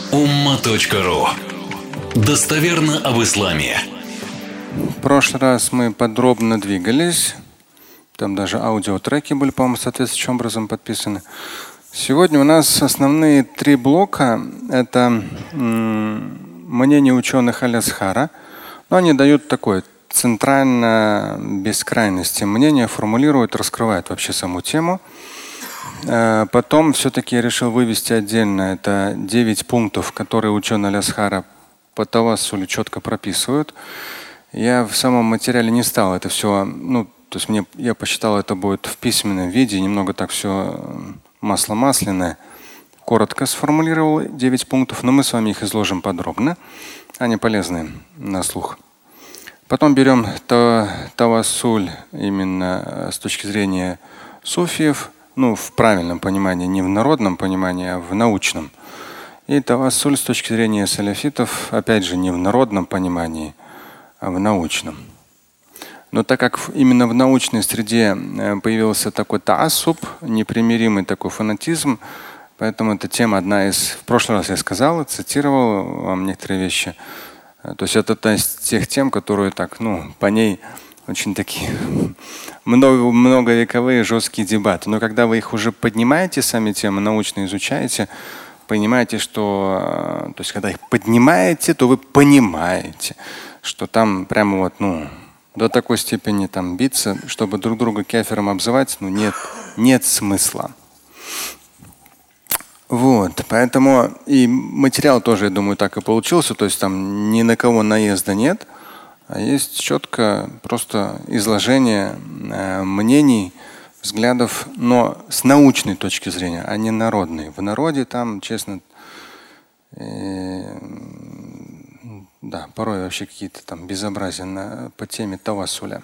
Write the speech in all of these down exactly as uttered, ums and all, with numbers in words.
умма точка ру. Достоверно об исламе. В прошлый раз мы подробно двигались. Там даже аудиотреки были, по-моему, соответствующим образом подписаны. Сегодня у нас основные три блока. Это м- мнение ученых Аль-Азхара. Но они дают такое центрально без крайности мнение, формулируют, раскрывают вообще саму тему. Потом все-таки я решил вывести отдельно. Это девять пунктов, которые ученые Аль-Азхара по тавассулю четко прописывают. Я в самом материале не стал это все, ну, то есть мне, я посчитал, это будет в письменном виде, немного так все масло масляное. Коротко сформулировал девять пунктов, но мы с вами их изложим подробно. Они полезны на слух. Потом берем тавассуль именно с точки зрения суфиев. Ну, в правильном понимании, не в народном понимании, а в научном. И тавассуль с точки зрения салафитов, опять же, не в народном понимании, а в научном. Но так как именно в научной среде появился такой таассуб, непримиримый такой фанатизм, поэтому эта тема одна из… В прошлый раз я сказал, цитировал вам некоторые вещи. То есть это одна из тех тем, которые так, ну, по ней… Очень такие много, многовековые жесткие дебаты. Но когда вы их уже поднимаете, сами темы научно изучаете, понимаете, что… То есть когда их поднимаете, то вы понимаете, что там прямо вот, ну, до такой степени там биться, чтобы друг друга кафиром обзывать, ну нет, нет смысла. Вот, поэтому и материал тоже, я думаю, так и получился. То есть там ни на кого наезда нет. А есть четко просто изложение э, мнений, взглядов, но с научной точки зрения, а не народной. В народе там, честно, э, да, порой вообще какие-то там безобразия на, по теме тавассуля.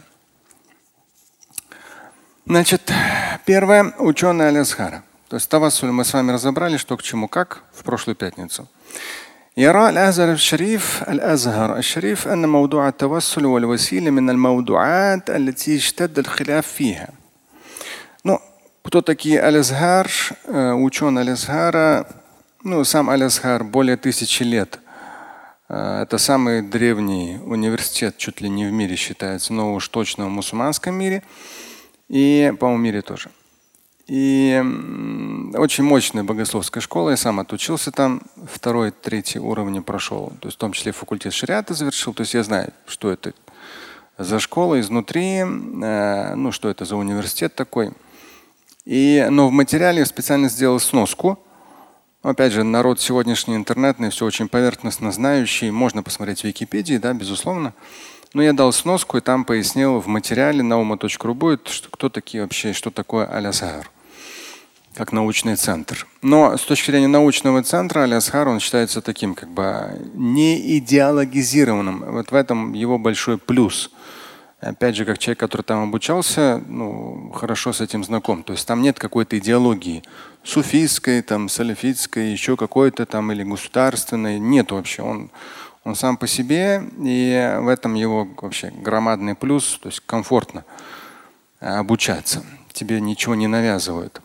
Значит, первое, ученые Аль-Азхара. То есть тавассуль мы с вами разобрали, что к чему, как в прошлую пятницу. يرى الأزهر الشريف الأزهر الشريف أن موضوع التوسل والوسيلة من الموضوعات التي اشتد الخلاف فيها. Ну, кто такие Аль-Азхар? Ученые Аль-Азхара, ну, сам Аль-Азхар более тысячи лет. Это самый древний университет, чуть ли не в мире считается, но уж точно в мусульманском мире. И, по-моему, в мире тоже. И очень мощная богословская школа. Я сам отучился там, второй, третий уровни прошел. То есть в том числе факультет шариата завершил. То есть я знаю, что это за школа изнутри, э, ну что это за университет такой. И, но в материале я специально сделал сноску. Опять же, народ сегодняшний интернетный, все очень поверхностно знающий. Можно посмотреть в Википедии, да, безусловно. Но я дал сноску и там пояснил в материале на умма точка ру будет, что, кто такие вообще, что такое Аль-Азхар, как научный центр. Но с точки зрения научного центра Аль-Азхар, он считается таким как бы не идеологизированным. Вот в этом его большой плюс. Опять же, как человек, который там обучался, ну, хорошо с этим знаком. То есть там нет какой-то идеологии суфийской, там, салафитской, еще какой-то там или государственной. Нет вообще. Он, Он сам по себе, и в этом его вообще громадный плюс, то есть комфортно обучаться. Тебе ничего не навязывают,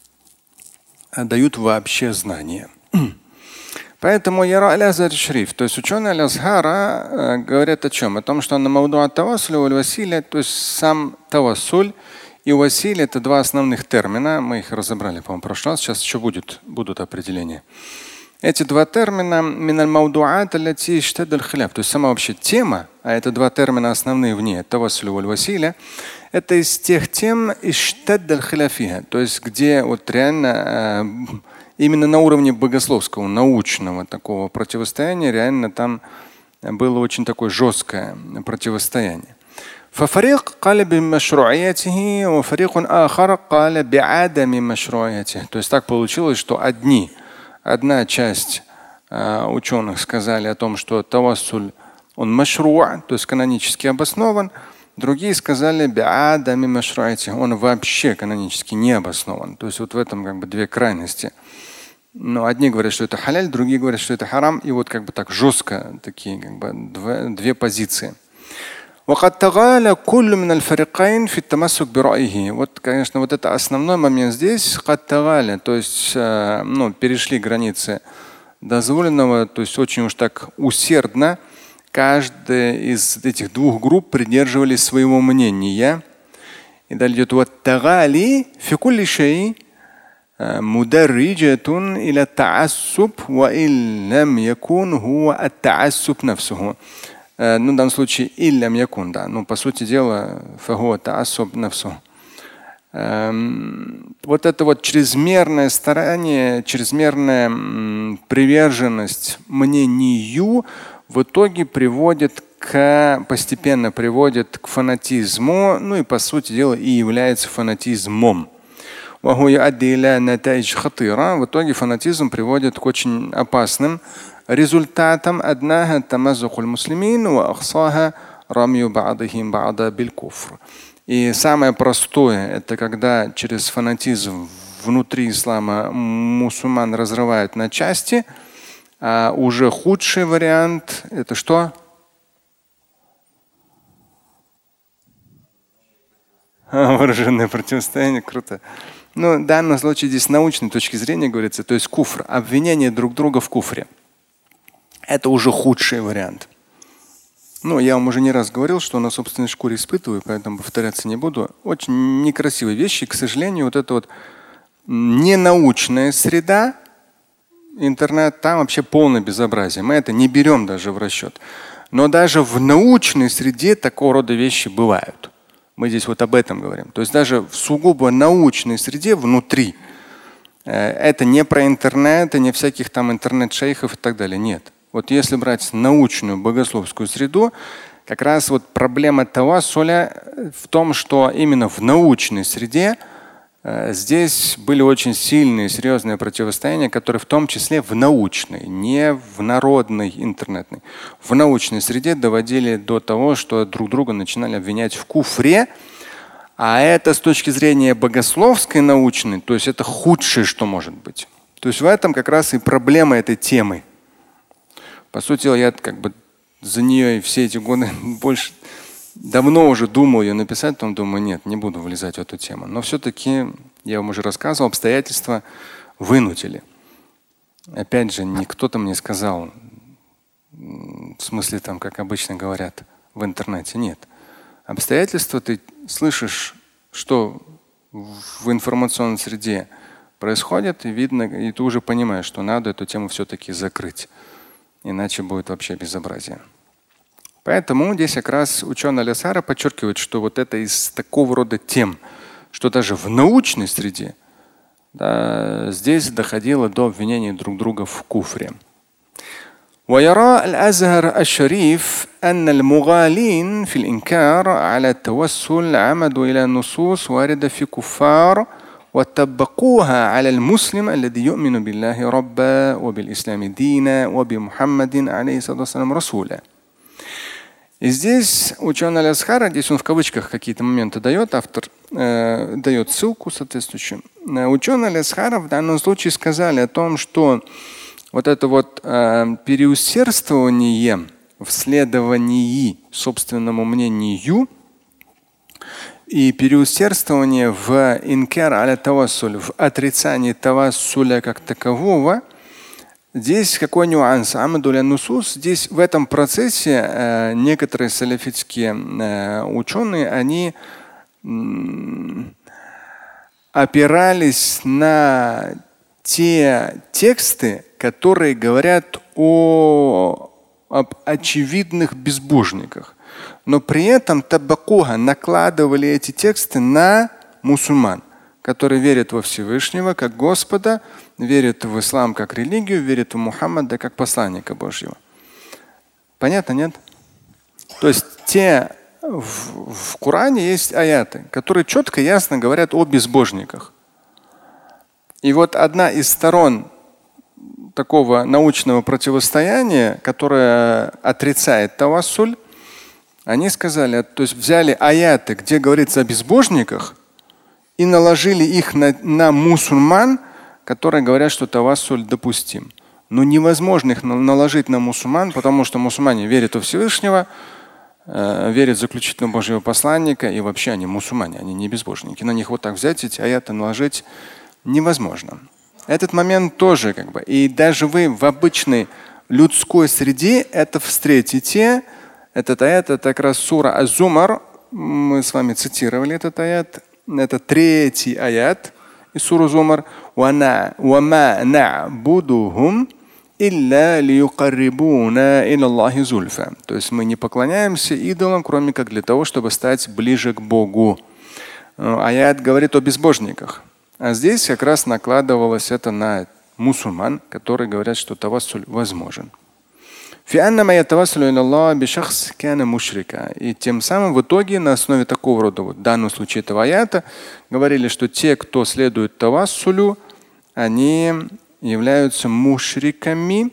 а дают вообще знания. Поэтому яра Аль-Азхар шриф, то есть ученые Аль-Азхара говорят о чем? О том, что на мавду ат-тавассуль валь василя, то есть сам тавассуль и василя — это два основных термина. Мы их разобрали, по-моему, в прошлый раз. Сейчас еще будет, будут определения. Эти два термина миналь мавдуат аллати иштадда аль-хиляф, то есть сама вообще тема, а это два термина основные в ней, тавассуль валь василя, это из тех тем иштадда аль-хиляфиха, то есть где вот реально именно на уровне богословского, научного такого противостояния реально там было очень такое жесткое противостояние. ففريق قال بمشروعيته وفريق آخر قال بعدم مشروعيته. То есть так получилось, что одни Одна часть э, ученых сказали о том, что тавассуль он машруа, то есть канонически обоснован. Другие сказали биадами машруати, он вообще канонически не обоснован. То есть вот в этом как бы две крайности. Но одни говорят, что это халяль, другие говорят, что это харам. И вот как бы так жестко такие как бы две, две позиции. وقد تغالى كل من الفريقين في التمسك برأيه. Вот, конечно, вот это основной момент здесь. قد تغالى, то есть, ну, перешли границы дозволенного, то есть очень уж так усердно каждая из этих двух групп придерживались своего мнения. И далее идет «Ваттагали фи кулли шей мударриджатун иля та'ассуб ва иллям якун хуа ат-та'ассуб нафсуху». Ну, в данном случае «иллям якун», да. Ну, по сути дела, фахуа та'ассуб нафсуху. Вот это вот чрезмерное старание, чрезмерная приверженность мнению в итоге приводит к, постепенно приводит к фанатизму, ну и по сути дела и является фанатизмом. В итоге фанатизм приводит к очень опасным результатам. И самое простое – это когда через фанатизм внутри ислама мусульман разрывают на части. А уже худший вариант – это что? Вооруженное противостояние. Круто. Ну, в данном случае здесь с научной точки зрения говорится, то есть куфр, обвинение друг друга в куфре. Это уже худший вариант. Ну, я вам уже не раз говорил, что на собственной шкуре испытываю, поэтому повторяться не буду. Очень некрасивые вещи. К сожалению, вот эта вот ненаучная среда, интернет, там вообще полное безобразие. Мы это не берем даже в расчет. Но даже в научной среде такого рода вещи бывают. Мы здесь вот об этом говорим. То есть даже в сугубо научной среде внутри. Это не про интернет, это не всяких там интернет-шейхов и так далее. Нет. Вот если брать научную богословскую среду, как раз вот проблема тавассуля в том, что именно в научной среде э, здесь были очень сильные, серьезные противостояния, которые в том числе в научной, не в народной, интернетной, в научной среде доводили до того, что друг друга начинали обвинять в куфре. А это с точки зрения богословской, научной, то есть это худшее, что может быть. То есть в этом как раз и проблема этой темы. По сути дела, я как бы за нее все эти годы больше давно уже думал ее написать, потом думаю, нет, не буду влезать в эту тему. Но все-таки, я вам уже рассказывал, обстоятельства вынудили. Опять же, не кто-то мне сказал, в смысле там, как обычно говорят в интернете, нет. Обстоятельства ты слышишь, что в информационной среде происходит, и видно, и ты уже понимаешь, что надо эту тему все-таки закрыть. Иначе будет вообще безобразие. Поэтому здесь как раз ученый Аль-Азхара подчеркивает, что вот это из такого рода тем, что даже в научной среде да, здесь доходило до обвинений друг друга в куфре. ويرى الأزهر الشريف أن المغالين في الإنكار على التوسل عمدوا إلى نصوص واردة في كفار وطبقوها على المسلم الذي يؤمن بالله ربا وبالإسلام دينا وبمحمد عليه الصلاة والسلام رسولا. И здесь ученый Аль-Азхара, здесь он в кавычках какие-то моменты дает, автор э, дает ссылку соответствующую. Ученые Аль-Азхара в данном случае сказали о том, что вот это вот э, переусердствование в следовании собственному мнению и переусердствование в инкар аля тавассуль, в отрицании тавассуля как такового, здесь какой нюанс? Амадуля нусус, здесь в этом процессе э, некоторые салафитские э, ученые, они э, опирались на те тексты, которые говорят о, об очевидных безбожниках. Но при этом табакуха накладывали эти тексты на мусульман, которые верят во Всевышнего как Господа, верят в ислам как религию, верят в Мухаммада как посланника Божьего. Понятно, нет? То есть те в, в Коране есть аяты, которые четко, ясно говорят о безбожниках. И вот одна из сторон такого научного противостояния, которая отрицает тавассуль, они сказали, то есть взяли аяты, где говорится о безбожниках, и наложили их на, на мусульман, которые говорят, что тавассуль допустим. Но невозможно их наложить на мусульман, потому что мусульмане верят во Всевышнего, э, верят в заключительного Божьего посланника, и вообще они мусульмане, они не безбожники. На них вот так взять эти аяты наложить невозможно. Этот момент тоже как бы. И даже вы в обычной людской среде это встретите. Этот аят, это как раз сура Аз-Зумар. Мы с вами цитировали этот аят. Это третий аят из суры Зумар. وَمَا نَعْبُدُهُمْ إِلَّا لِيُقَرِّبُونَا إِلَى اللَّهِ زُلْفًا. То есть мы не поклоняемся идолам, кроме как для того, чтобы стать ближе к Богу. Аят говорит о безбожниках. А здесь как раз накладывалось это на мусульман, которые говорят, что тавассуль возможен. И тем самым в итоге на основе такого рода, вот, в данном случае этого аята, говорили, что те, кто следует тавассулю, они являются мушриками,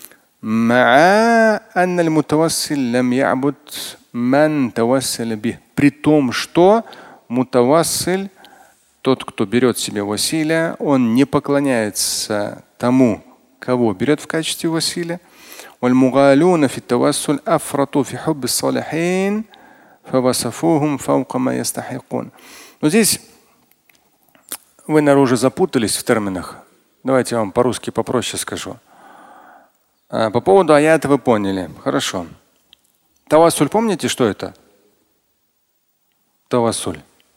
при том, что мутавассиль, тот, кто берет себе василя, он не поклоняется тому, кого берет в качестве василя. والمغالون في التوسل أفرطوا في حب الصالحين فوصفوهم فوق ما يستحقون. Но здесь вы, наверное, уже запутались в терминах. Давайте я вам по-русски попроще скажу. По поводу аята вы поняли. Хорошо. Тавассуль, помните, что это? Тавассуль.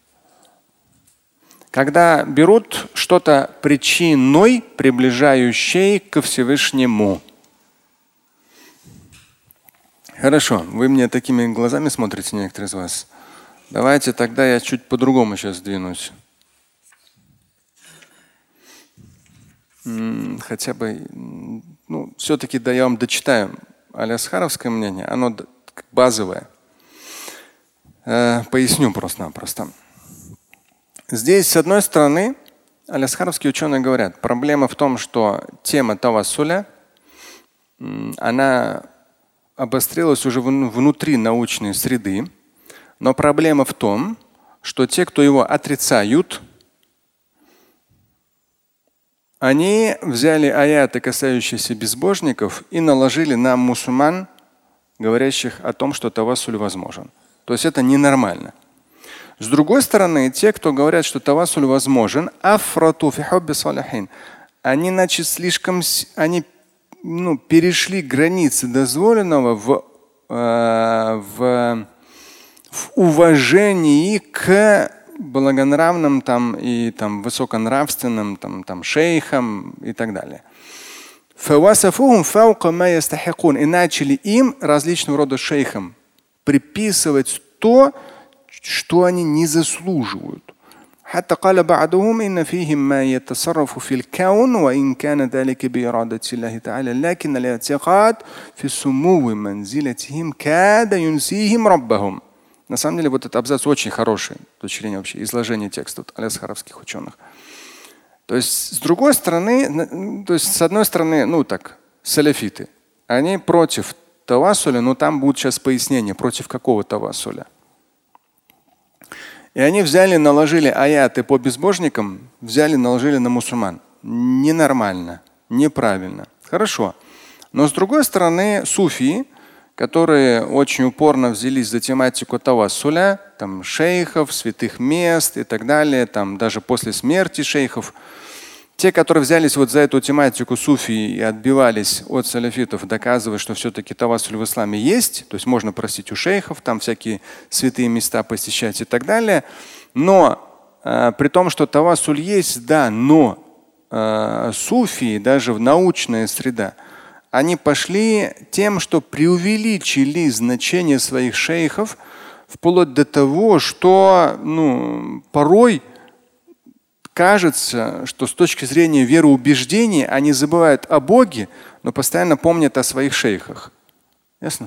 Когда берут что-то причиной, приближающей ко Всевышнему. Хорошо, вы мне такими глазами смотрите, некоторые из вас. Давайте тогда я чуть по-другому сейчас двинусь. Хотя бы, ну, все-таки да, я вам дочитаю аль-Асхаровское мнение, оно базовое. Э, поясню просто-напросто. Здесь, с одной стороны, аль-Асхаровские ученые говорят, проблема в том, что тема тавассуля, она обострилась уже внутри научной среды, но проблема в том, что те, кто его отрицают, они взяли аяты, касающиеся безбожников, и наложили на мусульман, говорящих о том, что тавассуль возможен. То есть это ненормально. С другой стороны, те, кто говорят, что тавассуль возможен, они, значит, слишком, они ну, перешли границы дозволенного в, э, в, в уважении к благонравным там, и там, высоконравственным там, там, шейхам и так далее. И начали им, различного рода шейхам, приписывать то, что они не заслуживают. حتى قال بعضهم إن فيهم ما يتصرف في الكون وإن كان ذلك بإرادة الله تعالى لكن الاعتقاد في سمو منزلتهم كاد ينسيهم ربهم. На самом деле вот этот абзац очень хороший с точки зрения вообще изложения текста аль-Асхаровских ученых. То есть с другой стороны, то есть с одной стороны, ну так, салафиты, они против тавассуля, но там будут сейчас пояснения, против какого тавассуля. И они взяли, наложили аяты по безбожникам, взяли, наложили на мусульман. Ненормально, неправильно. Хорошо. Но с другой стороны, суфии, которые очень упорно взялись за тематику тавассуля, там шейхов, святых мест и так далее, там даже после смерти шейхов, те, которые взялись вот за эту тематику суфии и отбивались от салафитов, доказывая, что все-таки тавассуль в исламе есть, то есть можно просить у шейхов, там всякие святые места посещать и так далее. Но э, при том, что тавассуль есть, да, но э, суфии, даже в научная среда, они пошли тем, что преувеличили значение своих шейхов, вплоть до того, что ну, порой кажется, что с точки зрения вероубеждения они забывают о Боге, но постоянно помнят о своих шейхах. Ясно?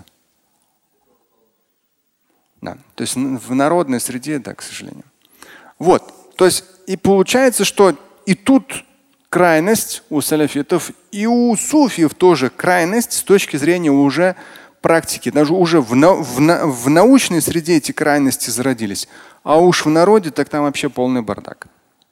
Да. То есть в народной среде, да, к сожалению. Вот. То есть и получается, что и тут крайность у салафитов, и у суфиев тоже крайность с точки зрения уже практики. Даже уже в, на, в, на, в научной среде эти крайности зародились. А уж в народе так там вообще полный бардак.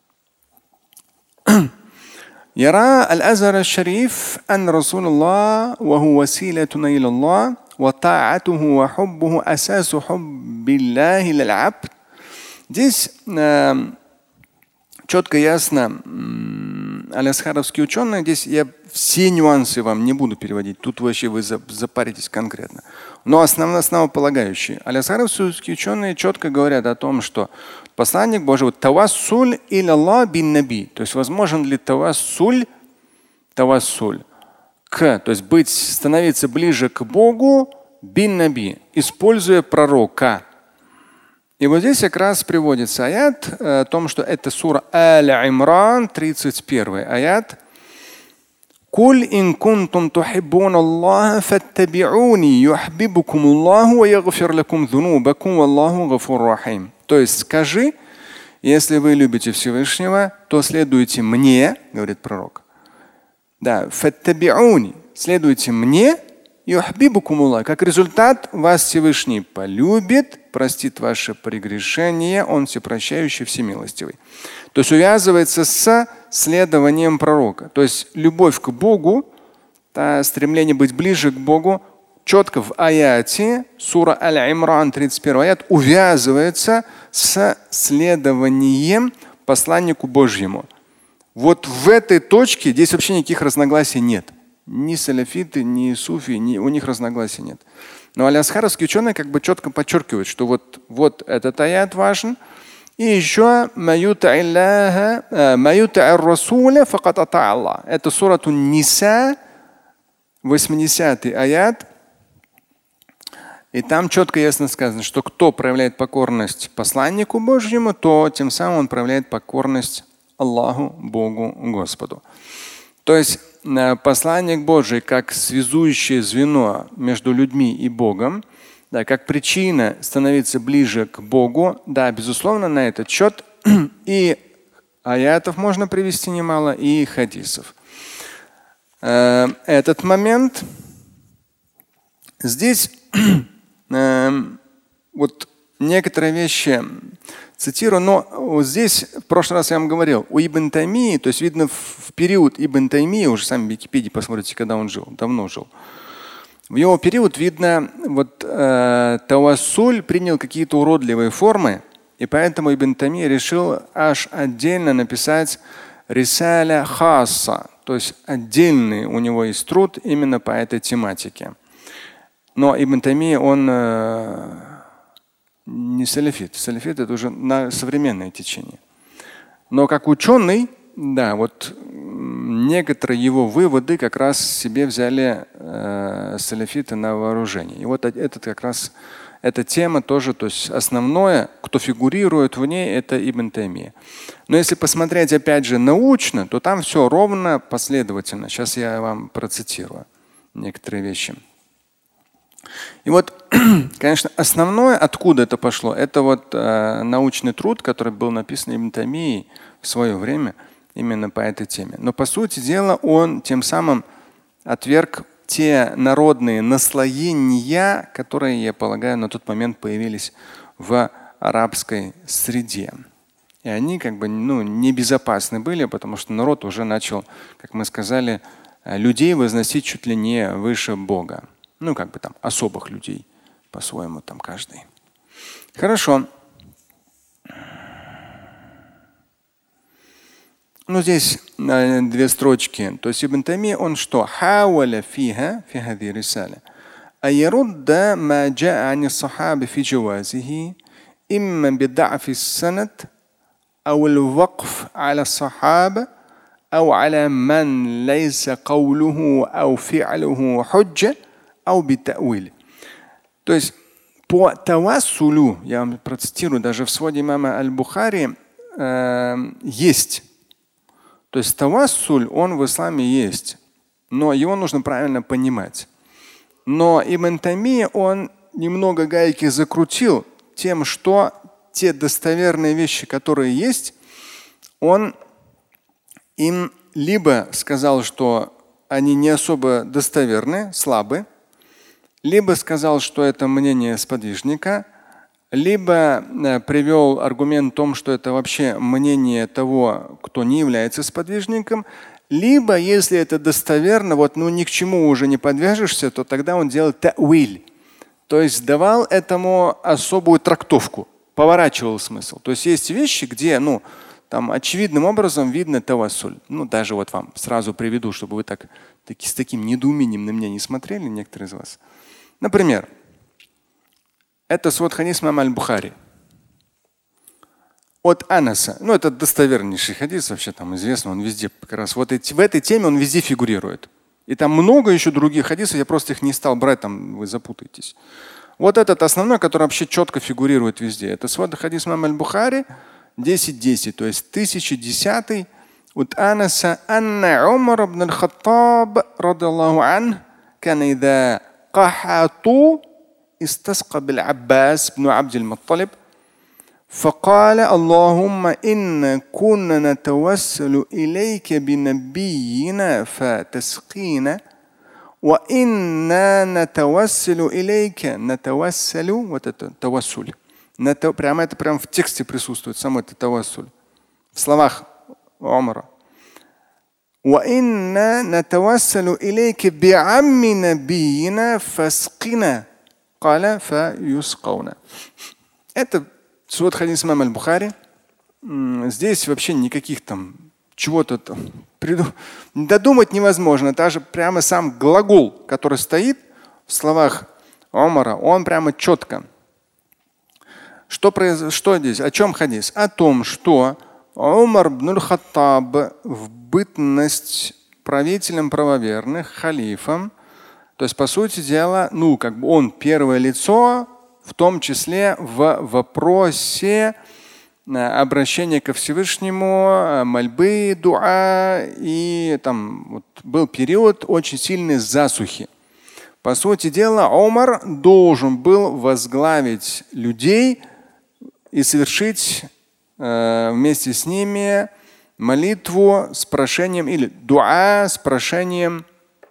يرى الأزهر الشريف أن رسول الله وهو وسيلتنا إلى الله وطاعته وحبه أساس حب الله للعبد. Здесь э, четко и ясно алясхаровские ученые, здесь я все нюансы вам не буду переводить, тут вообще вы запаритесь конкретно. Но основно, основополагающие. Алясхаровские ученые четко говорят о том, что посланник Божий, тавассуль иля Аллах бин наби, то есть возможен ли тавассуль, тавассуль, к, то есть быть, становиться ближе к Богу бин наби, используя пророка. И вот здесь как раз приводится аят о том, что это сура Аль-Имран, тридцать первый аят. «Куль ин кунтум тухиббуна Аллаха фаттаби'уни юхбибукум Аллаху ва ягфир лакум зунубакум валлаху гафур рахим». То есть скажи, если вы любите Всевышнего, то следуйте мне, говорит пророк. Да, фаттаби'уни, следуйте мне, юхбибукум Аллах. Как результат вас Всевышний полюбит, простит ваше прегрешение, он всепрощающий, всемилостивый. То есть увязывается с следованием пророка. То есть любовь к Богу, да, стремление быть ближе к Богу, четко в аяте, сура Аль-Имран, тридцать первый аят, увязывается с следованием посланнику Божьему. Вот в этой точке здесь вообще никаких разногласий нет. Ни салафиты, ни суфи, ни, у них разногласий нет. Но алясхаровские ученые как бы четко подчеркивают, что вот, вот этот аят важен. И еще это сура Ниса, восьмидесятый аят. И там четко и ясно сказано, что кто проявляет покорность посланнику Божьему, то тем самым он проявляет покорность Аллаху, Богу, Господу. То есть посланник Божий как связующее звено между людьми и Богом, да, как причина становиться ближе к Богу, да, безусловно, на этот счет и аятов можно привести немало, и хадисов. Этот момент здесь вот некоторые вещи цитирую, но вот здесь в прошлый раз я вам говорил, у Ибн Таймии, то есть видно в период Ибн Таймии, уже сами в Википедии посмотрите, когда он жил, давно жил. В его период видно, вот э, тавассуль принял какие-то уродливые формы, и поэтому Ибн Таймия решил аж отдельно написать рисаля хасса, то есть отдельный у него есть труд именно по этой тематике. Но Ибн Таймия, он э, не салафит. Салафит — это уже на современное течение. Но как ученый, да, вот некоторые его выводы как раз себе взяли э, салафиты на вооружение. И вот этот как раз эта тема тоже, то есть основное, кто фигурирует в ней, это Ибн Таймия. Но если посмотреть опять же научно, то там все ровно, последовательно. Сейчас я вам процитирую некоторые вещи. И вот, конечно, основное, откуда это пошло, это вот э, научный труд, который был написан Ибн Таймией в свое время именно по этой теме. Но по сути дела он тем самым отверг те народные наслоения, которые, я полагаю, на тот момент появились в арабской среде. И они как бы ну, небезопасны были, потому что народ уже начал, как мы сказали, людей возносить чуть ли не выше Бога. Ну, как бы там особых людей, по-своему там каждый. Хорошо. Ну, здесь э, две строчки. То есть Ибн Таймия, он что? Хауаля фиха, фи хади рисаля. Айярудда ма джаа ани сахаби фи джавазихи, имма бид'афи ссанад, ау ал-вакф аля сахаба, ау аля ман лейса каулуху, ау фи'алуху худжа, ау битауиль. То есть по тавассулю, я вам процитирую, даже в своде имама Аль-Бухари э, есть. То есть тавассуль, он в исламе есть, но его нужно правильно понимать. Но Ибн Таймия, он немного гайки закрутил тем, что те достоверные вещи, которые есть, он им либо сказал, что они не особо достоверны, слабы, либо сказал, что это мнение сподвижника, либо э, привел аргумент в том, что это вообще мнение того, кто не является сподвижником, либо, если это достоверно, вот ну ни к чему уже не подвяжешься, то тогда он делал та'виль, то есть давал этому особую трактовку, поворачивал смысл. То есть есть вещи, где ну там очевидным образом видно тавассуль. Ну, даже вот вам сразу приведу, чтобы вы так, таки, с таким недоумением на меня не смотрели, некоторые из вас. Например, это свод хадис имама аль-Бухари. От Анаса. Ну, это достовернейший хадис, вообще там известно, он везде как раз вот эти, в этой теме он везде фигурирует. И там много еще других хадисов, я просто их не стал брать, там вы запутаетесь. Вот этот основной, который вообще четко фигурирует везде. Это свод хадис имама аль-Бухари десять десять, то есть тысяча десятый. От Анаса анна Умар ибн аль-Хаттаб радиллаху ан кана ида قحطوا استسقى بالعباس بن عبد المطلب فقال اللهم إن كنا نتوسل إليك بنبينا فتسقينا وإنا نتوسل إليك نتوسل وتتوسل. Прямо это прямо в тексте присутствует, сам это тавассуль. В словах Умара. وإنا نتوسل إليك بعم نبينا فاسقنا قال فيسقون. Это свод хадис имама аль-Бухари. Здесь вообще никаких там чего-то там приду... додумать невозможно. Даже прямо сам глагол, который стоит в словах Умара, он прямо четко. Что, произ... что здесь? О чем хадис? О том, что Умар ибн аль-Хаттаб в бытность правителем правоверных, халифом, то есть, по сути дела, ну, как бы он первое лицо, в том числе в вопросе обращения ко Всевышнему, мольбы, дуа, и там вот был период очень сильной засухи. По сути дела, Умар должен был возглавить людей и совершить э, вместе с ними молитву с прошением или дуа с прошением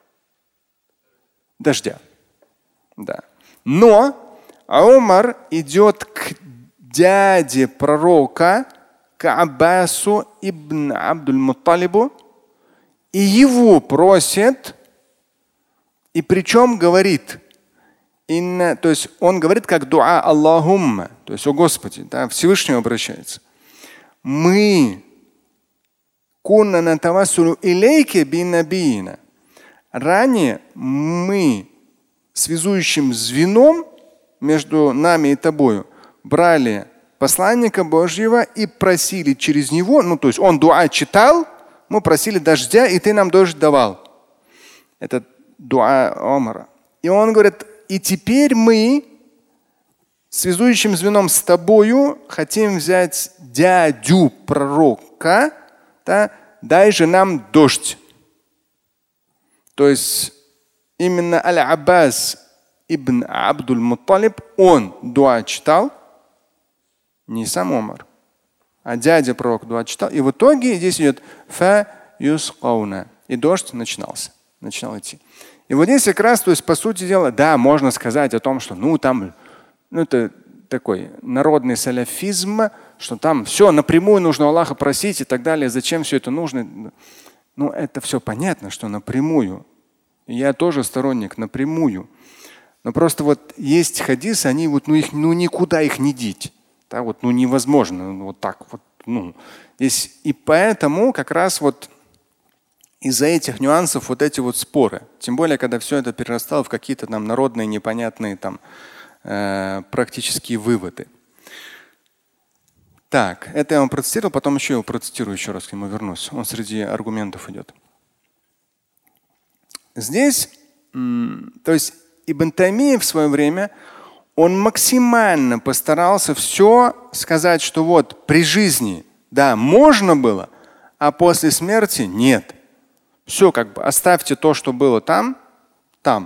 дождя. Да. Но Умар идет к дяде пророка, к Аббасу ибн Абдуль-Мутталибу, и его просит, и причем говорит, инна, то есть он говорит как дуа Аллахумма, то есть о Господи, да, Всевышнему обращается. Мы кунна натавассулю илейке бинабиина. Ранее мы связующим звеном между нами и тобою брали посланника Божьего и просили через него, ну то есть он дуа читал, мы просили дождя, и ты нам дождь давал. Это дуа Умара. И он говорит, и теперь мы связующим звеном с тобою хотим взять дядю пророка, да, дай же нам дождь. То есть именно Аль-Аббас ибн Абдуль-Мутталиб, он дуа читал, не сам Умар, а дядя пророка дуа читал. И в итоге здесь идет фа юсқауна. И дождь начинался, начинал идти. И вот здесь как раз, то есть по сути дела, да, можно сказать о том, что ну там, ну это такой народный салафизм, что там все напрямую нужно Аллаха просить и так далее. Зачем все это нужно? Ну это все понятно, что напрямую. Я тоже сторонник напрямую. Но просто вот есть хадисы, они вот, ну их, ну никуда их не деть. Да, вот, ну невозможно, ну, вот так вот. Ну. Здесь, и поэтому как раз вот из-за этих нюансов вот эти вот споры. Тем более, когда все это перерастало в какие-то там народные непонятные там э, практические выводы. Так, это я вам процитировал, потом еще его процитирую еще раз, к нему вернусь. Он среди аргументов идет. Здесь, то есть Ибн Таймия в свое время, он максимально постарался все сказать, что вот при жизни, да, можно было, а после смерти нет. Все, как бы оставьте то, что было там, там.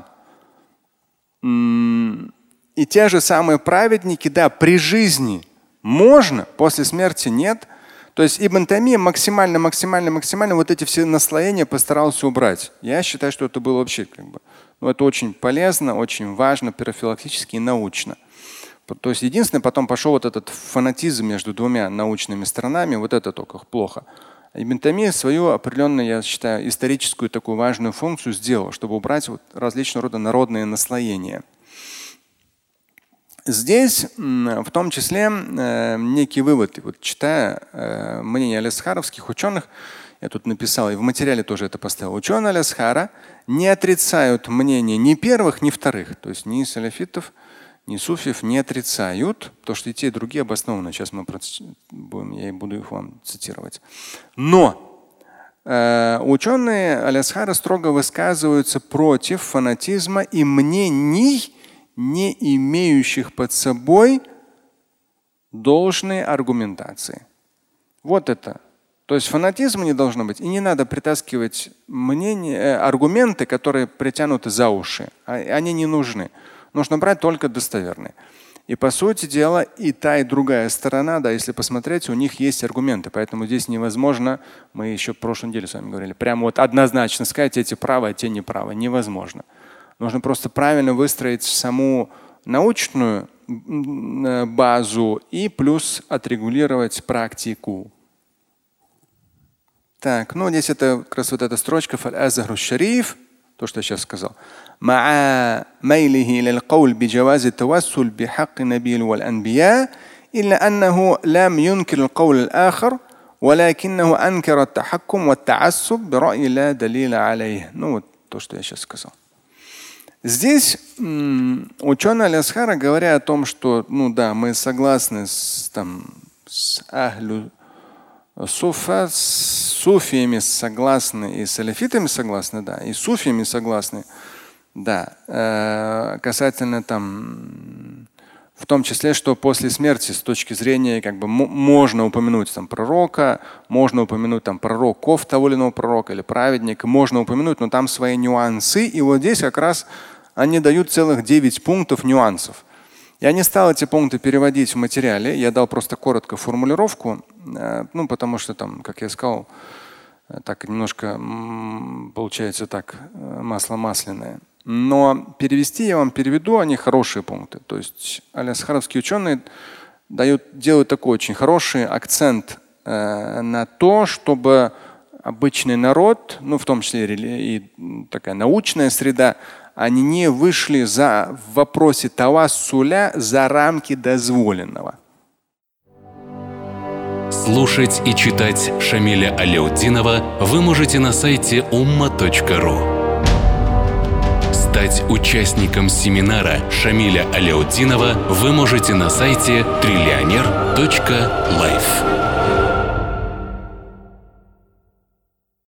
И те же самые праведники, да, при жизни можно, после смерти нет. То есть Ибн Таймия максимально, максимально, максимально вот эти все наслоения постарался убрать. Я считаю, что это было вообще как бы, ну, это очень полезно, очень важно, профилактически и научно. То есть единственное, потом пошел вот этот фанатизм между двумя научными сторонами, вот это только плохо. Ибн Таймия свою определенную, я считаю, историческую такую важную функцию сделал, чтобы убрать вот различного рода народные наслоения. Здесь в том числе некий вывод. Вот читая мнение аль-Азхаровских ученых, я тут написал, и в материале тоже это поставил. Ученые аль-Азхара не отрицают мнение ни первых, ни вторых. То есть ни салафитов, ни суфиев не отрицают, то, что и те, и другие обоснованы. Сейчас мы будем, я буду их вам цитировать. Но э, ученые аль-Азхара строго высказываются против фанатизма и мнений, не имеющих под собой должной аргументации. Вот это. То есть фанатизма не должно быть. И не надо притаскивать мнения, э, аргументы, которые притянуты за уши. Они не нужны. Нужно брать только достоверные. И по сути дела и та, и другая сторона, да, если посмотреть, у них есть аргументы. Поэтому здесь невозможно, мы еще в прошлой неделе с вами говорили, прямо вот однозначно сказать, эти правы, а те неправы. Невозможно. Нужно просто правильно выстроить саму научную базу и плюс отрегулировать практику. Так, ну здесь это как раз вот эта строчка «Аль-Азхару Шариф», то, что я сейчас сказал. مع ميله إلى القول بجواز التوسل بحق النبي والأنبياء إلا أنه لم ينكر القول الآخر ولكنه أنكر التحكم والتعصب برأي لا دليل عليه. Ну вот то, что я сейчас сказал. Здесь м, ученые аль-Азхара, говоря о том, что, ну да, мы согласны с, там, с ахлю суфа, с суфиями согласны и с салафитами согласны, да, и с суфиями согласны, да, э, касательно там, в том числе, что после смерти с точки зрения, как бы, можно упомянуть там пророка, можно упомянуть там пророков того или иного пророка или праведника, можно упомянуть, но там свои нюансы. И вот здесь как раз они дают целых девять пунктов нюансов. Я не стал эти пункты переводить в материале, я дал просто коротко формулировку, ну потому что там, как я сказал, так немножко получается так масло масляное. Но перевести я вам переведу, они хорошие пункты. То есть аль-Азхаровские ученые дают, делают такой очень хороший акцент э, на то, чтобы обычный народ, ну в том числе и такая научная среда, они не вышли за, в вопросе тавассуля за рамки дозволенного. Слушать и читать Шамиля Аляутдинова вы можете на сайте умма точка ру. Стать участником семинара Шамиля Аляутдинова вы можете на сайте триллионер точка лайф.